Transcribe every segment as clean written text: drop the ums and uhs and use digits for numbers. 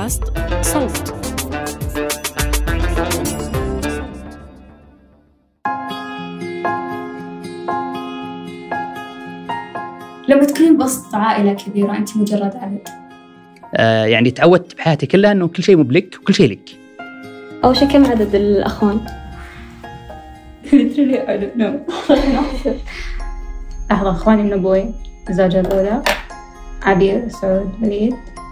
بودكاست صوت. لما تكونين بوسط عائلة كبيرة أنت مجرد عدد. يعني تعودت بحياتي كلها إنه كل شيء مبلك وكل شيء لك. أول شيء كم عدد الأخوان؟ literally I don't know. لحظة، أخواني من أبوي، الزوجة الأولى عبير، سعود، وليد،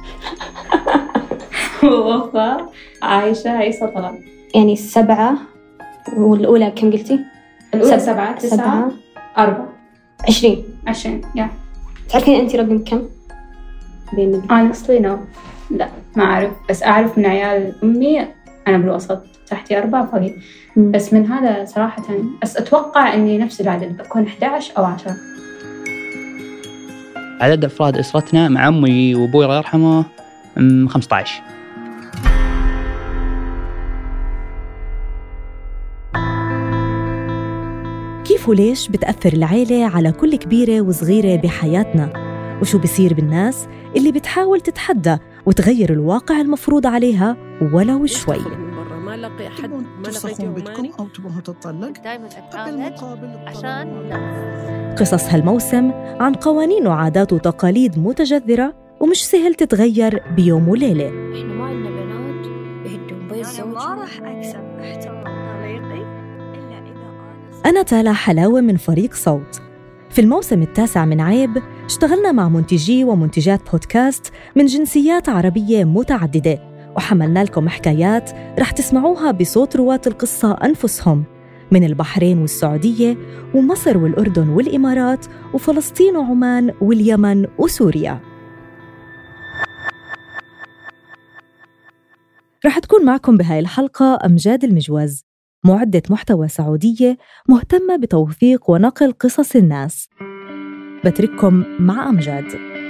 ووفاء، عايشة، عيسى، طلال. يعني 7. والأولى كم قلتي؟ الأولى 7 9 4 20 يا. تعرفين أنتي رقم كم؟ بين honestly no، لا ما أعرف، بس أعرف من عيال أمي أنا بالوسط، تحتي 4 فوقي. بس من هذا صراحة بس أتوقع إني نفس العدد، بكون 11 أو 10. عدد أفراد أسرتنا مع أمي وأبوي الله يرحمه 15. كيف وليش بتأثر العيلة على كل كبيرة وصغيرة بحياتنا؟ وشو بيصير بالناس اللي بتحاول تتحدى وتغير الواقع المفروض عليها ولو شوي؟ ما لقي أحد، ما لقيت يوماني أو تبغوا تطلق دائما أتعالج عشان قصص هالموسم عن قوانين وعادات وتقاليد متجذرة ومش سهل تتغير بيوم وليلة. إحنا ما عندنا بنات يهدون بيت زوج. ما راح أكسب احترام طليقي إلا إذا أنا تالا حلاوة من فريق صوت. في الموسم 9 من عيب اشتغلنا مع منتجي ومنتجات بودكاست من جنسيات عربية متعددة، وحملنا لكم حكايات رح تسمعوها بصوت رواة القصة أنفسهم من البحرين والسعودية ومصر والأردن والإمارات وفلسطين وعمان واليمن وسوريا. رح تكون معكم بهاي الحلقة أمجاد المجوز، معدة محتوى سعودية مهتمة بتوثيق ونقل قصص الناس. بترككم مع أمجاد.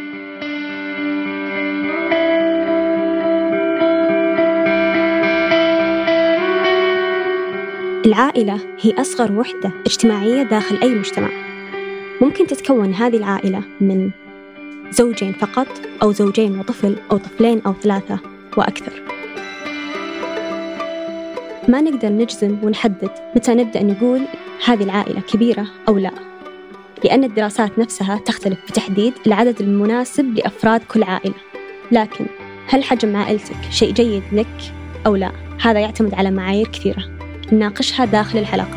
العائلة هي أصغر وحدة اجتماعية داخل أي مجتمع. ممكن تتكون هذه العائلة من زوجين فقط، أو زوجين وطفل، أو طفلين، أو 3 وأكثر. ما نقدر نجزم ونحدد متى نبدأ نقول هذه العائلة كبيرة أو لا، لأن الدراسات نفسها تختلف بتحديد العدد المناسب لأفراد كل عائلة. لكن هل حجم عائلتك شيء جيد لك أو لا؟ هذا يعتمد على معايير كثيرة نناقشها داخل الحلقة.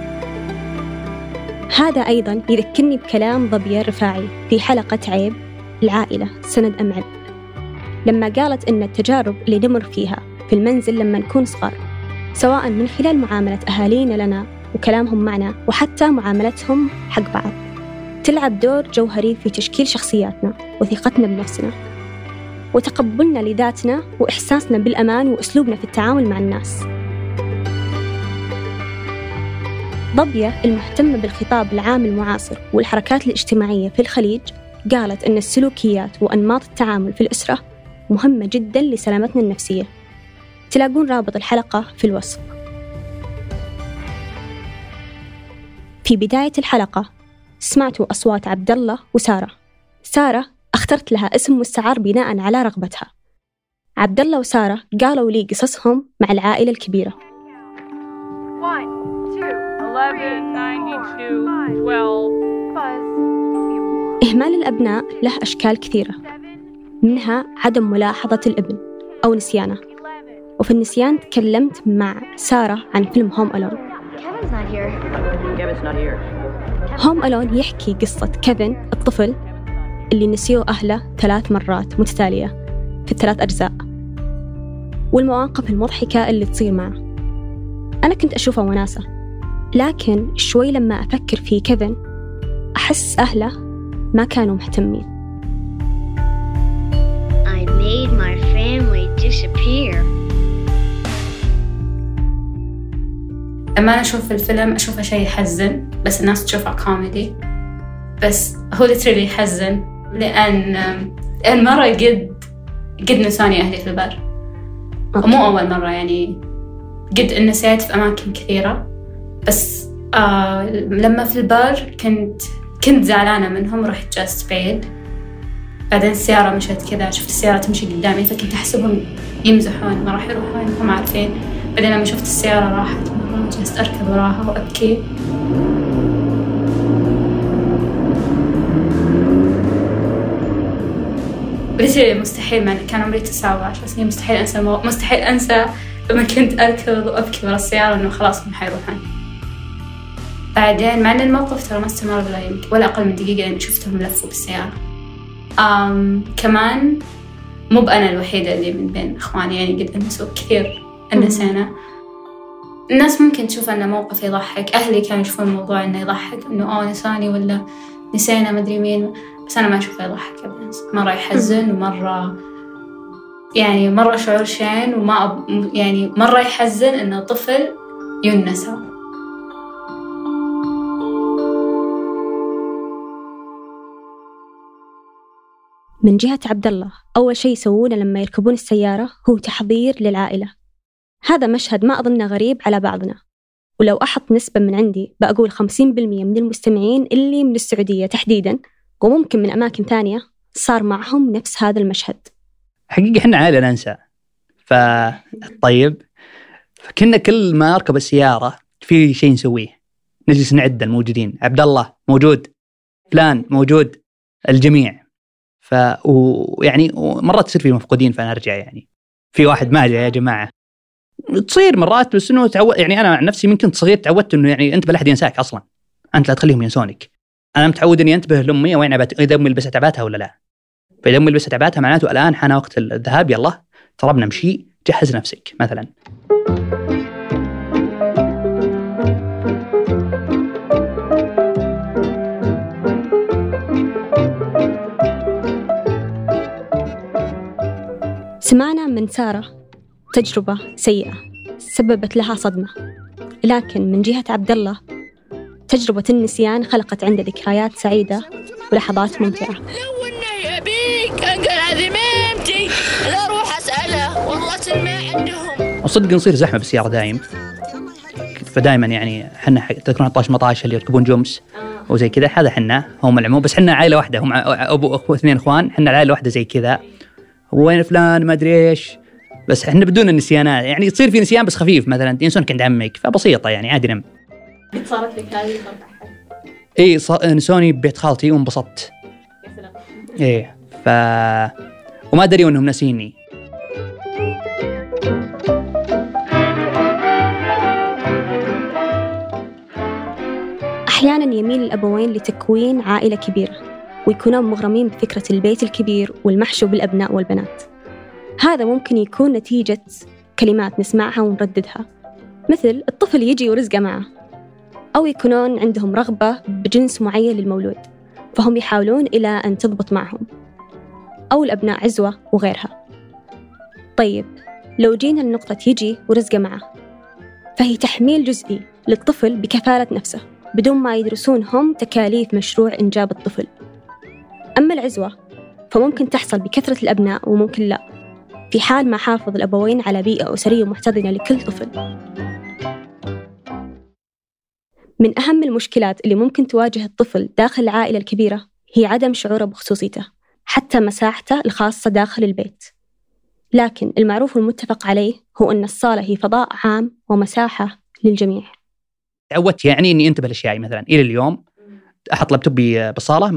هذا أيضاً يذكرني بكلام ظبية الرفاعي في حلقة عيب العائلة سند أم عبء، لما قالت إن التجارب اللي نمر فيها في المنزل لما نكون صغار، سواء من خلال معاملة أهالينا لنا وكلامهم معنا وحتى معاملتهم حق بعض، تلعب دور جوهري في تشكيل شخصياتنا وثقتنا بنفسنا وتقبلنا لذاتنا وإحساسنا بالأمان وأسلوبنا في التعامل مع الناس. ضبية المهتمة بالخطاب العام المعاصر والحركات الاجتماعية في الخليج قالت إن السلوكيات وأنماط التعامل في الأسرة مهمة جداً لسلامتنا النفسية. تلاقون رابط الحلقة في الوصف. في بداية الحلقة سمعتوا أصوات عبد الله وسارة. سارة اخترت لها اسم مستعار بناء على رغبتها. عبد الله وسارة قالوا لي قصصهم مع العائلة الكبيرة. 1 2 11 92 12 إهمال الأبناء له أشكال كثيرة، منها عدم ملاحظة الابن أو نسيانه. وفي النسيان تكلمت مع سارة عن فيلم هوم ألون. هوم ألون يحكي قصة كيفن الطفل اللي نسيوه أهله 3 مرات متتالية في 3 أجزاء، والمواقف المضحكة اللي تصير معه. أنا كنت أشوفها وناسة، لكن شوي لما أفكر في كيفن أحس أهله ما كانوا مهتمين. I made my family disappear. لما أنا أشوف الفيلم أشوفه شيء يحزن، بس الناس تشوفه كوميدي، بس هو literally يحزن لأن مرة قد نساني أهلي في البر. مو أول مرة، يعني قد نسيت في أماكن كثيرة، بس لما في البر كنت زعلانة منهم، رحت جلست بعيد بعدين السيارة مشت كذا، شفت السيارة تمشي قدامي فكنت أحسبهم يمزحون ما راح يروحون هم عارفين. بعدين لما شفت السيارة راحت مرة جلست أركض وراها وأبكي. بديت مستحيل، مع كان عمري 19 سنين، مستحيل أنسى لما كنت أركض وأبكي ورا السيارة إنه خلاص هم حيروحون. بعدين مع إن الموقف ترى ما استمر ولا أقل من دقيقة لأن شفتهم لفوا بالسيارة. كمان مو بأنا الوحيدة اللي من بين إخواني، يعني قد أنسوا كثير أنسينا. الناس ممكن تشوف أنه موقف يضحك، أهلي كانوا يشوفون الموضوع إنه يضحك، إنه نساني ولا نسينا مدري مين، بس أنا ما أشوفه يضحك أبدا، مرة يحزن ومرة يعني مرة شعور شين، يعني مرة يحزن إنه طفل ينسى. من جهة عبد الله، أول شيء يسوونه لما يركبون السيارة هو تحضير للعائلة. هذا مشهد ما أظنه غريب على بعضنا، ولو أحط نسبة من عندي بقول 50% من المستمعين اللي من السعودية تحديداً وممكن من أماكن ثانية صار معهم نفس هذا المشهد. حقيقة إحنا عائلة ننسى، طيب فكنا كل ما أركب السيارة في شيء نسويه، نجلس نعد الموجودين، عبد الله موجود، فلان موجود، الجميع. ويعني مرات تصير في مفقودين فأنا أرجع يعني في واحد ما جاء يا جماعة، تصير مرات، بس إنه يعني أنا عن نفسي من كنت صغير تعودت إنه يعني أنت بلا أحد ينساك أصلاً، أنت لا تخليهم ينسونك. أنا متعود إني أنتبه لأمي وين إذا أمي لبست عباتها ولا لا، فإذا أمي لبست عباتها معناته الآن حان وقت الذهاب، يلا ترى بنمشي، جهز نفسك مثلاً. سمعنا من سارة تجربة سيئة سببت لها صدمة، لكن من جهة عبد الله تجربة النسيان خلقت عنده ذكريات سعيدة ولحظات ممتعة. لو إنه يبيك أنقل هذه ميمتي لا أروح أسأله والله سلمى عندهم. وصدق نصير زحمة بالسيارة دايم، فدائما يعني حنا تذكرون 13 اللي يركبون جمس وزي كذا، هذا حنا هم العموم، بس حنا عائلة واحدة، هم أبو أخو 2 إخوان، حنا العائلة واحدة زي كذا، وين فلان ما أدري إيش، بس إحنا بدون النسيانات، يعني يصير في نسيان بس خفيف، مثلا ينسونك عند عمك فبسيطة يعني عادي نم. صارت لك هذه نسوني ببيت خالتي وانبسطت. إيه وما دريوا إنهم ناسيني. أحياناً يميل الأبوين لتكوين عائلة كبيرة ويكونون مغرمين بفكرة البيت الكبير والمحشو بالأبناء والبنات. هذا ممكن يكون نتيجة كلمات نسمعها ونرددها، مثل الطفل يجي ورزقه معه، أو يكونون عندهم رغبة بجنس معين للمولود فهم يحاولون إلى أن تضبط معهم، أو الأبناء عزوة وغيرها. طيب لو جينا لنقطة يجي ورزقه معه، فهي تحميل جزئي للطفل بكفالة نفسه بدون ما يدرسون هم تكاليف مشروع إنجاب الطفل. أما العزوة فممكن تحصل بكثرة الأبناء وممكن لا، في حال ما حافظ الأبوين على بيئة أسرية محتضنة لكل طفل. من أهم المشكلات اللي ممكن تواجه الطفل داخل العائلة الكبيرة هي عدم شعوره بخصوصيته، حتى مساحته الخاصة داخل البيت. لكن المعروف والمتفق عليه هو أن الصالة هي فضاء عام ومساحة للجميع. تعودت يعني إني أنتبه لأشياء، مثلا إلى اليوم أحط لابتوبي بالصالة،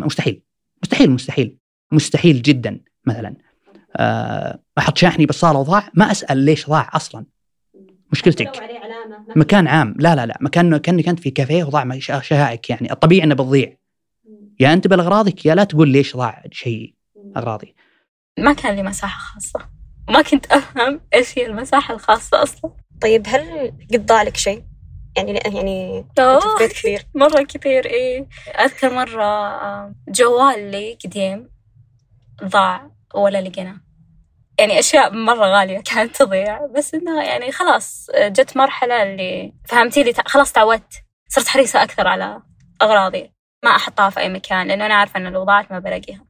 مستحيل جدا. مثلا أحط شاحني بالصالة وضاع، ما أسأل ليش ضاع أصلا، مشكلتك. مكان عام، لا مكان كأنك أنت في كافيه وضاع شائك، يعني الطبيعي أنه بتضيع، يا أنت بأغراضك يا لا تقول ليش ضاع شيء أغراضي. ما كان لي مساحة خاصة، ما كنت أفهم إيش هي المساحة الخاصة أصلا. طيب هل قد ضاع لك شيء؟ يعني بيت كبير مرة كثير. إيه أذكر مرة جوال لي قديم ضاع ولا لقينا، يعني أشياء مرة غالية كانت تضيع، بس إنها يعني خلاص جت مرحلة اللي فهمتي لي خلاص تعودت، صرت حريصة أكثر على أغراضي، ما أحطها في أي مكان لأنه أنا عارفة إن لو ضاعت ما بلاقيها.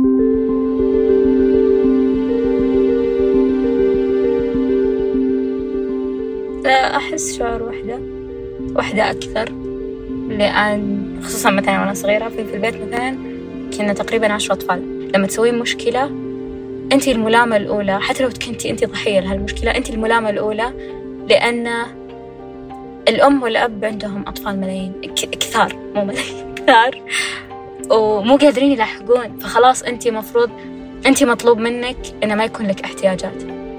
لا أحس شعور وحدة أكثر، لأن خصوصا مثلا وأنا صغيرة في البيت مثلا كنا تقريبا 10 أطفال، لما تسوين مشكلة أنت الملامة الأولى، حتى لو كنتي أنت ضحية لهالمشكلة أنت الملامة الأولى، لأن الأم والأب عندهم أطفال ملايين كثار، مو ملايين كثار، ومو قادرين يلاحقون، فخلاص أنت مفروض أنت مطلوب منك إنه ما يكون لك احتياجات.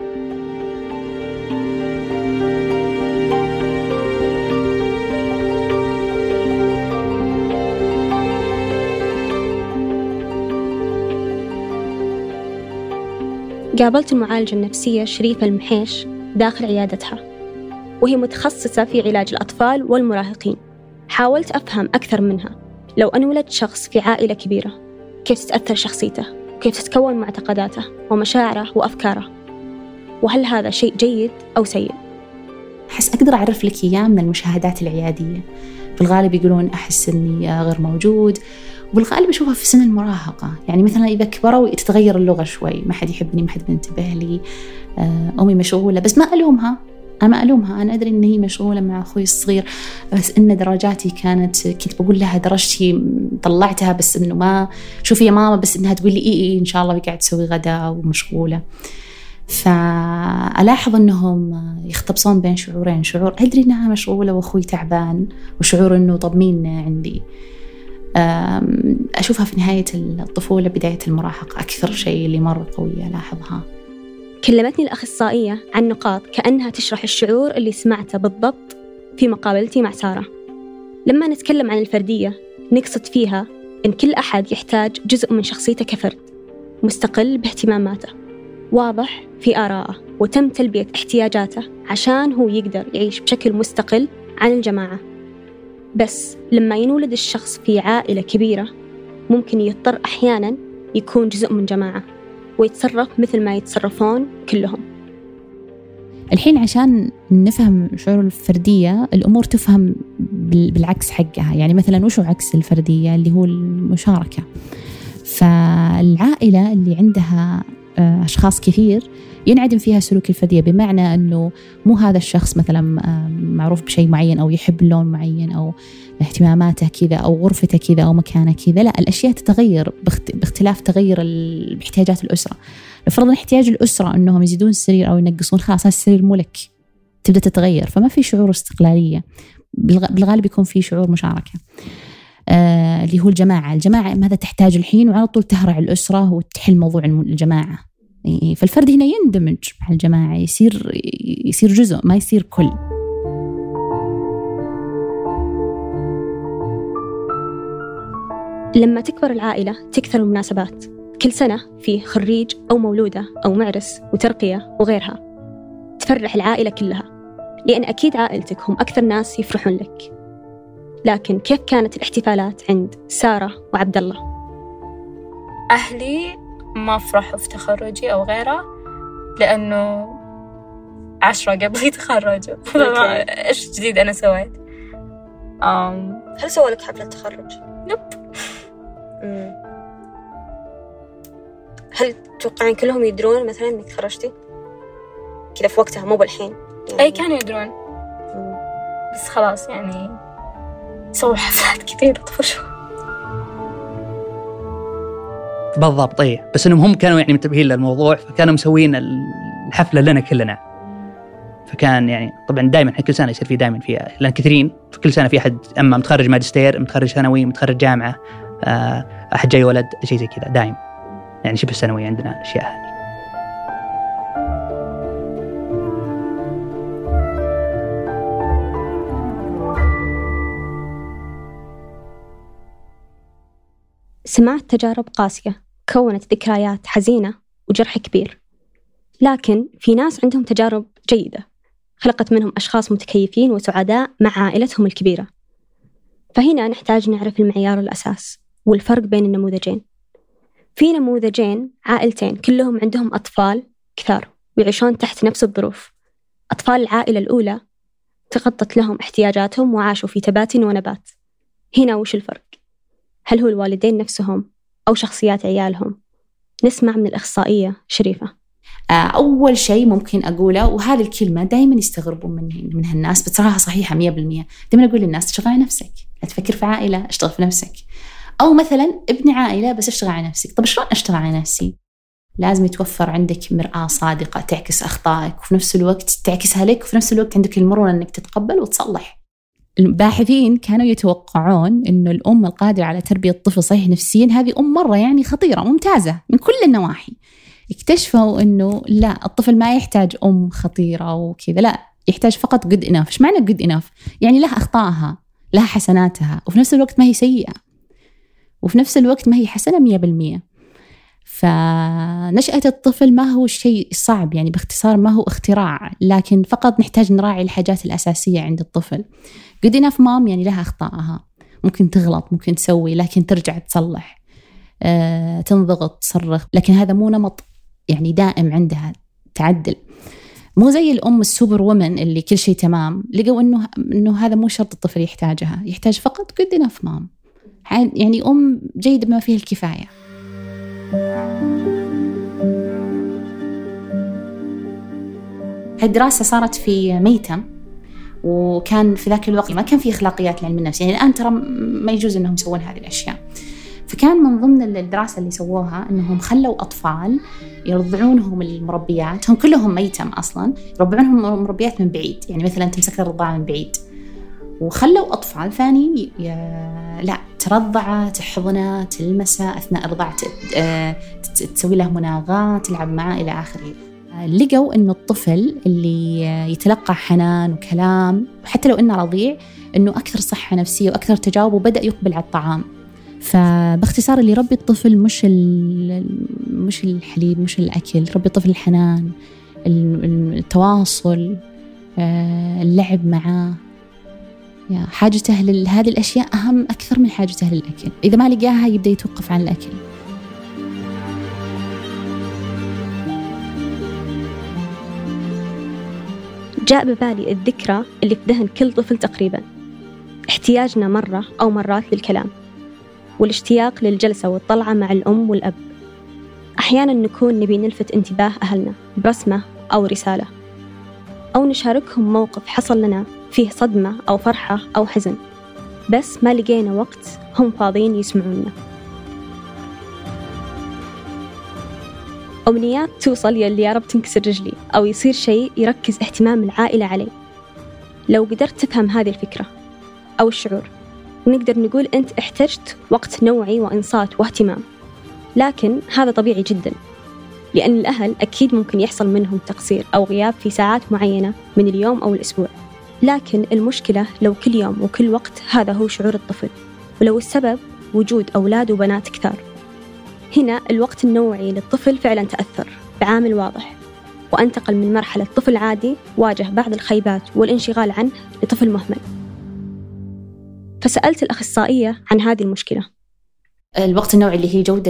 قابلت المعالجة النفسية شريفة المحيش داخل عيادتها، وهي متخصصة في علاج الأطفال والمراهقين. حاولت أفهم أكثر منها، لو أن ولد شخص في عائلة كبيرة كيف تتأثر شخصيته، وكيف تتكون معتقداته ومشاعره وأفكاره، وهل هذا شيء جيد أو سيء؟ أحس أقدر أعرف لك إياه من المشاهدات العيادية. في الغالب يقولون أحس أني غير موجود، وبالغالب أشوفها في سن المراهقة. يعني مثلا إذا كبروا تتغير اللغة شوي، ما حد يحبني، ما حد بينتبه لي، أمي مشغولة، بس ما ألومها، أنا أدري إن هي مشغولة مع أخوي الصغير، بس إن درجاتي كنت بقول لها درجتي طلعتها، بس إنه ما شوفي يا ماما، بس إنها تقول لي إيه إن شاء الله وقاعد تسوي غدا ومشغولة. فألاحظ أنهم يختبصون بين شعورين، شعور أدري أنها مشغولة وأخوي تعبان، وشعور أنه طب مين عندي. أشوفها في نهاية الطفولة بداية المراهقة أكثر شيء اللي مرة قوية ألاحظها. كلمتني الأخصائية عن نقاط كأنها تشرح الشعور اللي سمعته بالضبط في مقابلتي مع سارة. لما نتكلم عن الفردية نقصد فيها إن كل أحد يحتاج جزء من شخصيته كفرد مستقل باهتماماته، واضح في آراءه، وتم تلبية احتياجاته عشان هو يقدر يعيش بشكل مستقل عن الجماعة. بس لما ينولد الشخص في عائلة كبيرة ممكن يضطر أحياناً يكون جزء من جماعة ويتصرف مثل ما يتصرفون كلهم. الحين عشان نفهم شعور الفردية الأمور تفهم بالعكس حقها. يعني مثلا وشو عكس الفردية؟ اللي هو المشاركة. فالعائلة اللي عندها أشخاص كثير ينعدم فيها سلوك الفردية، بمعنى أنه مو هذا الشخص مثلا معروف بشيء معين أو يحب لون معين أو اهتماماته كذا أو غرفته كذا أو مكانه كذا، لا، الأشياء تتغير باختلاف تغير احتياجات الأسرة. فرضا احتياج الأسرة أنهم يزيدون السرير أو ينقصون، خلاص السرير مو لك، تبدأ تتغير، فما في شعور استقلالية، بالغالب يكون في شعور مشاركة. اللي هو الجماعة ماذا تحتاج الحين، وعلى طول تهرع الأسرة وتحل موضوع الجماعة. فالفرد هنا يندمج مع الجماعة، يصير جزء، ما يصير كل. لما تكبر العائلة تكثر المناسبات، كل سنة في خريج أو مولودة أو معرس وترقية وغيرها، تفرح العائلة كلها، لأن أكيد عائلتك هم أكثر ناس يفرحون لك. لكن كيف كانت الاحتفالات عند سارة وعبد الله؟ أهلي ما فرحوا في تخرجي أو غيره، لأنه 10 قبلي تخرجوا. إيش جديد أنا سويت؟ هل سووا لك حفلة تخرج؟ نب. هل تتوقعين كلهم يدرون مثلا إنك تخرجتي كذا في وقتها، مو بالحين يعني؟ أي كانوا يدرون، بس خلاص يعني سووا حفلات كثير طفشوا. بالضبط. طيب بس انهم هم كانوا يعني منتبهين للموضوع، فكانوا مسوين الحفله لنا كلنا. فكان يعني طبعا دائما كل سنه يصير في دائما فيها، لان كثيرين في كل سنه في احد اما متخرج ماجستير، متخرج ثانوي، متخرج جامعه، احد جاي ولد، شيء زي كذا دائم، يعني شبه سنوي عندنا الاشياء هذه. سمعت تجارب قاسية كونت ذكريات حزينة وجرح كبير، لكن في ناس عندهم تجارب جيدة خلقت منهم أشخاص متكيفين وسعداء مع عائلتهم الكبيرة. فهنا نحتاج نعرف المعيار الأساس والفرق بين النموذجين. في نموذجين عائلتين كلهم عندهم أطفال كثار ويعيشون تحت نفس الظروف. أطفال العائلة الأولى تغطت لهم احتياجاتهم وعاشوا في تبات ونبات. هنا وش الفرق؟ هل هو الوالدين نفسهم أو شخصيات عيالهم؟ نسمع من الأخصائية شريفة. أول شيء ممكن أقوله، وهذه الكلمة دائما يستغربون منها الناس، بصراحة صحيحة 100%. دائما أقول للناس اشتغل على نفسك، لا تفكر في عائلة، اشتغل في نفسك. أو مثلا ابن عائلة بس اشتغل على نفسك. طب شلون أشتغل على نفسي؟ لازم يتوفر عندك مرآة صادقة تعكس أخطائك وفي نفس الوقت تعكسها لك، وفي نفس الوقت عندك المرونة أنك تتقبل وتصلح. الباحثين كانوا يتوقعون أنه الأم القادرة على تربية الطفل صحيح نفسيا هذه أم مرة يعني خطيرة ممتازة من كل النواحي. اكتشفوا أنه لا، الطفل ما يحتاج أم خطيرة وكذا، لا، يحتاج فقط good enough. إيش معنى good enough؟ يعني لها أخطائها، لها حسناتها، وفي نفس الوقت ما هي سيئة، وفي نفس الوقت ما هي حسنة 100%. فنشأة الطفل ما هو شيء صعب، يعني باختصار ما هو اختراع، لكن فقط نحتاج نراعي الحاجات الأساسية عند الطفل. good enough mom يعني لها أخطائها، ممكن تغلط، ممكن تسوي، لكن ترجع تصلح، تنضغط، تصرخ، لكن هذا مو نمط يعني دائم عندها تعدل. مو زي الأم السوبر وومن اللي كل شيء تمام. لقوا إنه هذا مو شرط الطفل يحتاجها، يحتاج فقط good enough mom، يعني أم جيدة بما فيه الكفاية. هالدراسة صارت في ميتم، وكان في ذاك الوقت ما كان في أخلاقيات لعلم النفس، يعني الآن ترى ما يجوز أنهم يسوون هذه الأشياء. فكان من ضمن الدراسة اللي سووها أنهم خلوا أطفال يرضعونهم المربيات، هم كلهم ميتم أصلاً، يرضعونهم المربيات من بعيد، يعني مثلاً تمسك الرضاعة من بعيد، وخلوا أطفال ثانيين لا ترضعه، تحضنه، تلمسه أثناء الرضاعة، تسوي له مناغات، تلعب معه إلى آخره. لقوا إنه الطفل اللي يتلقى حنان وكلام حتى لو إنه رضيع إنه أكثر صحة نفسية وأكثر تجاوب، وبدأ يقبل على الطعام. فباختصار اللي يربي الطفل مش الحليب، مش الأكل، ربي الطفل الحنان، التواصل، اللعب معاه. حاجته لهذه الأشياء أهم أكثر من حاجته للأكل. إذا ما لقاها يبدأ يتوقف عن الأكل. جاء ببالي الذكرى اللي في ذهن كل طفل تقريبا، احتياجنا مرة أو مرات للكلام، والاشتياق للجلسة والطلعة مع الأم والأب. أحيانا نكون نبي نلفت انتباه أهلنا برسمة أو رسالة، أو نشاركهم موقف حصل لنا فيه صدمة أو فرحة أو حزن، بس ما لقينا وقت هم فاضيين يسمعونا. أمنيات توصل يلي يا رب تنكسر رجلي، أو يصير شيء يركز اهتمام العائلة عليه. لو قدرت تفهم هذه الفكرة أو الشعور، ونقدر نقول أنت احتجت وقت نوعي وإنصات واهتمام. لكن هذا طبيعي جدا، لأن الأهل أكيد ممكن يحصل منهم تقصير أو غياب في ساعات معينة من اليوم أو الأسبوع. لكن المشكلة لو كل يوم وكل وقت هذا هو شعور الطفل، ولو السبب وجود أولاد وبنات كثار، هنا الوقت النوعي للطفل فعلا تأثر بعامل واضح، وانتقل من مرحلة طفل عادي واجه بعض الخيبات والانشغال عنه لطفل مهمل. فسألت الأخصائية عن هذه المشكلة. الوقت النوعي اللي هي جودة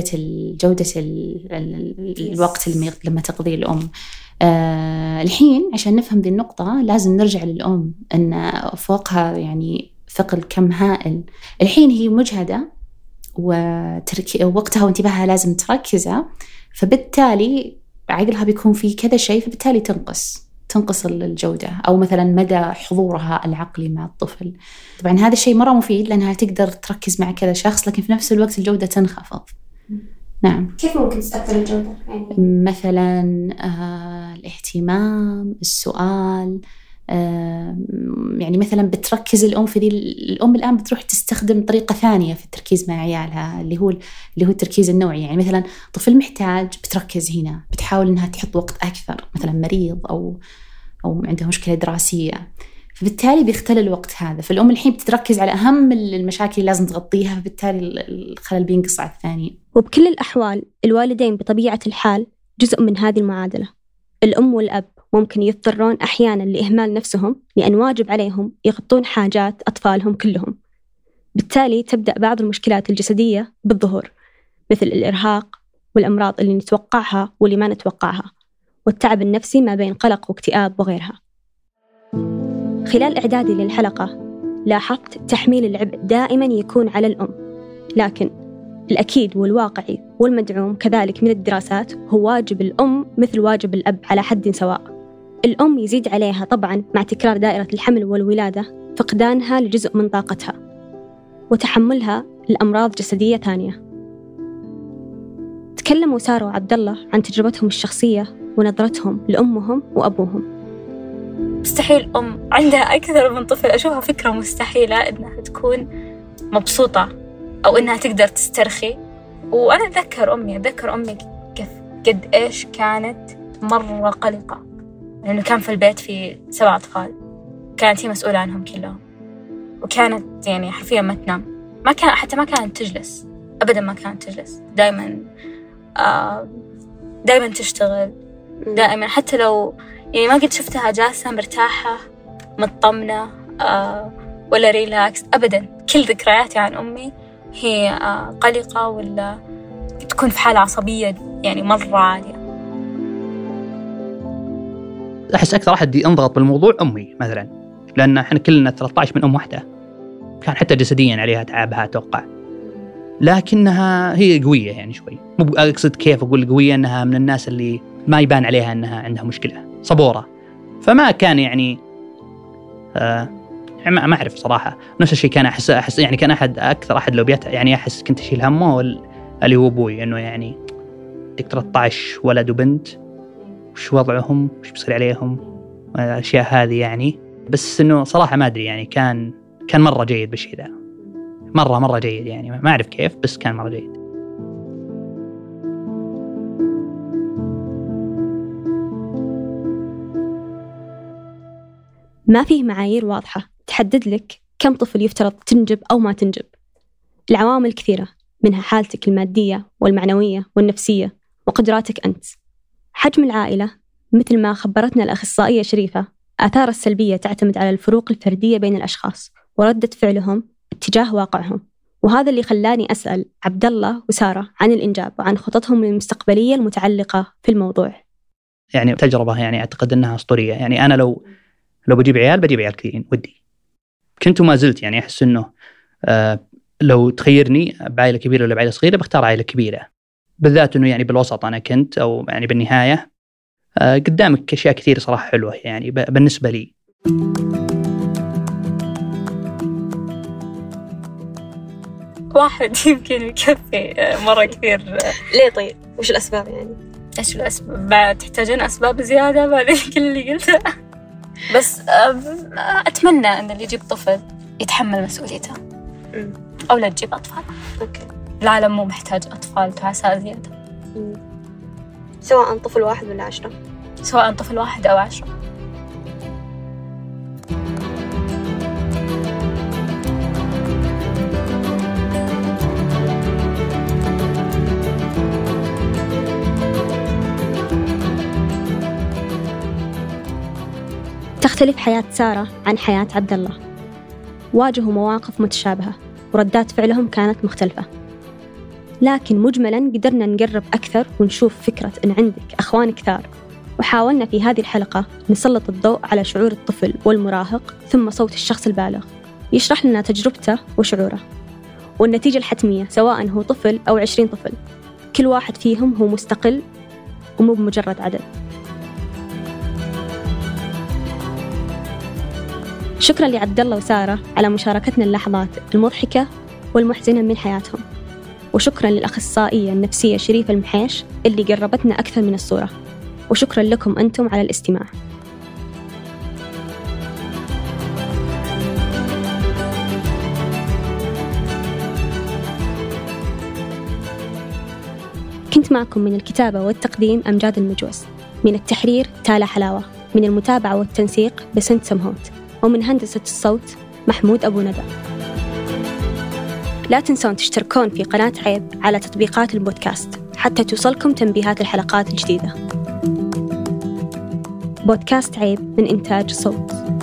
الوقت لما تقضي الأم. الحين عشان نفهم ذي النقطة لازم نرجع للأم، أن فوقها يعني ثقل كم هائل. الحين هي مجهدة ووقتها وانتباهها لازم تركزها، فبالتالي عقلها بيكون فيه كذا شيء، فبالتالي تنقص الجودة، أو مثلا مدى حضورها العقلي مع الطفل. طبعا هذا الشيء مرة مفيد لأنها تقدر تركز مع كذا شخص، لكن في نفس الوقت الجودة تنخفض. نعم. كيف ممكن تأثر الجودة؟ مثلا الاهتمام، السؤال، يعني مثلا بتركز الأم في الأم الآن بتروح تستخدم طريقة ثانية في التركيز مع عيالها، اللي هو التركيز النوعي. يعني مثلا طفل محتاج، بتركز هنا، بتحاول إنها تحط وقت أكثر، مثلا مريض أو عنده مشكلة دراسية، فبالتالي بيختل الوقت هذا. فالأم الحين بتركز على أهم المشاكل اللي لازم تغطيها، فبالتالي الخلل بينقص على الثاني. وبكل الأحوال الوالدين بطبيعة الحال جزء من هذه المعادلة. الأم والأب ممكن يضطرون أحياناً لإهمال نفسهم، لأن واجب عليهم يغطون حاجات أطفالهم كلهم. بالتالي تبدأ بعض المشكلات الجسدية بالظهور، مثل الإرهاق والأمراض اللي نتوقعها واللي ما نتوقعها، والتعب النفسي ما بين قلق واكتئاب وغيرها. خلال إعدادي للحلقة لاحظت تحميل العبء دائماً يكون على الأم، لكن الأكيد والواقعي والمدعوم كذلك من الدراسات هو واجب الأم مثل واجب الأب على حد سواء. الأم يزيد عليها طبعاً مع تكرار دائرة الحمل والولادة فقدانها لجزء من طاقتها، وتحملها لأمراض جسدية ثانية. تكلموا سارة وعبد الله عن تجربتهم الشخصية ونظرتهم لأمهم وأبوهم. مستحيل أم عندها أكثر من طفل، أشوفها فكرة مستحيلة إنها تكون مبسوطة أو إنها تقدر تسترخي. وأنا أتذكر أمي كيف قد إيش كانت مرة قلقة، لأنه كان في البيت في 7 أطفال، كانت هي مسؤولة عنهم كلهم، وكانت يعني حرفيا ما تنام، ما كانت تجلس أبدا، ما كانت تجلس، دايما تشتغل، دائما حتى لو يعني ما قد شفتها جالسة مرتاحة مطمنة ولا ريلاكس أبدا. كل ذكرياتي عن أمي هي قلقة ولا تكون في حالة عصبية يعني مرة عالية. أحس أكثر أحد ينضغط بالموضوع أمي مثلا، لأن إحنا كلنا 13 من أم واحدة، كان حتى جسديا عليها تعبها أتوقع، لكنها هي قوية يعني شوي، مو أقصد كيف أقول قوية، أنها من الناس اللي ما يبان عليها أنها عندها مشكلة، صبورة. فما كان يعني ما أعرف صراحة. نفس الشيء كان أحس يعني كان أكثر أحد لو بيت يعني أحس كنت أشيل همه اللي هو أبوي، إنه يعني 13 ولد وبنت، وش وضعهم، وش بيصير عليهم، الأشياء هذه يعني. بس إنه صراحة ما أدري يعني كان مرة جيد بالشيء ذا، مرة جيد يعني، ما أعرف كيف بس كان مرة جيد. ما فيه معايير واضحة تحدد لك كم طفل يفترض تنجب أو ما تنجب. العوامل كثيرة، منها حالتك المادية والمعنوية والنفسية وقدراتك أنت. حجم العائلة مثل ما خبرتنا الأخصائية شريفة، آثار السلبية تعتمد على الفروق الفردية بين الأشخاص وردة فعلهم اتجاه واقعهم. وهذا اللي خلاني أسأل عبد الله وسارة عن الإنجاب وعن خططهم المستقبلية المتعلقة في الموضوع. يعني تجربة يعني أعتقد أنها أسطورية. يعني أنا لو بجيب عيال كثيرين ودي، كنت ما زلت يعني أحس أنه لو تخيرني بعائلة كبيرة ولا بعائلة صغيرة بختار عائلة كبيرة، بالذات أنه يعني بالوسط أنا كنت، أو يعني بالنهاية قدامك أشياء كثير صراحة حلوة يعني بالنسبة لي. واحد يمكن يكفي مرة كثير. ليه طيب؟ وش الأسباب يعني؟ إيش الأسباب؟ بعد تحتاجين أسباب زيادة بعد كل اللي قلته. بس أتمنى أن اللي يجيب طفل يتحمل مسؤوليته، أو لا تجيب أطفال. أوكي. العالم مو محتاج أطفال تعساء زيادة. سواء طفل واحد ولا 10. سواء طفل واحد أو 10. تختلف حياة سارة عن حياة عبد الله، واجهوا مواقف متشابهة وردات فعلهم كانت مختلفة، لكن مجملاً قدرنا نقرب أكثر ونشوف فكرة أن عندك أخوان كثار. وحاولنا في هذه الحلقة نسلط الضوء على شعور الطفل والمراهق، ثم صوت الشخص البالغ يشرح لنا تجربته وشعوره، والنتيجة الحتمية سواء هو طفل أو 20 طفل، كل واحد فيهم هو مستقل ومو بمجرد عدد. شكرا لعبد الله وسارة على مشاركتنا اللحظات المضحكة والمحزنة من حياتهم، وشكرا للأخصائية النفسية شريفة المحيش اللي قربتنا أكثر من الصورة، وشكرا لكم أنتم على الاستماع. كنت معكم من الكتابة والتقديم أمجاد المجوس، من التحرير تالا حلاوة، من المتابعة والتنسيق بسنت سمهوت، ومن هندسة الصوت محمود أبو ندى. لا تنسون تشتركون في قناة عيب على تطبيقات البودكاست حتى توصلكم تنبيهات الحلقات الجديدة. بودكاست عيب من إنتاج صوت.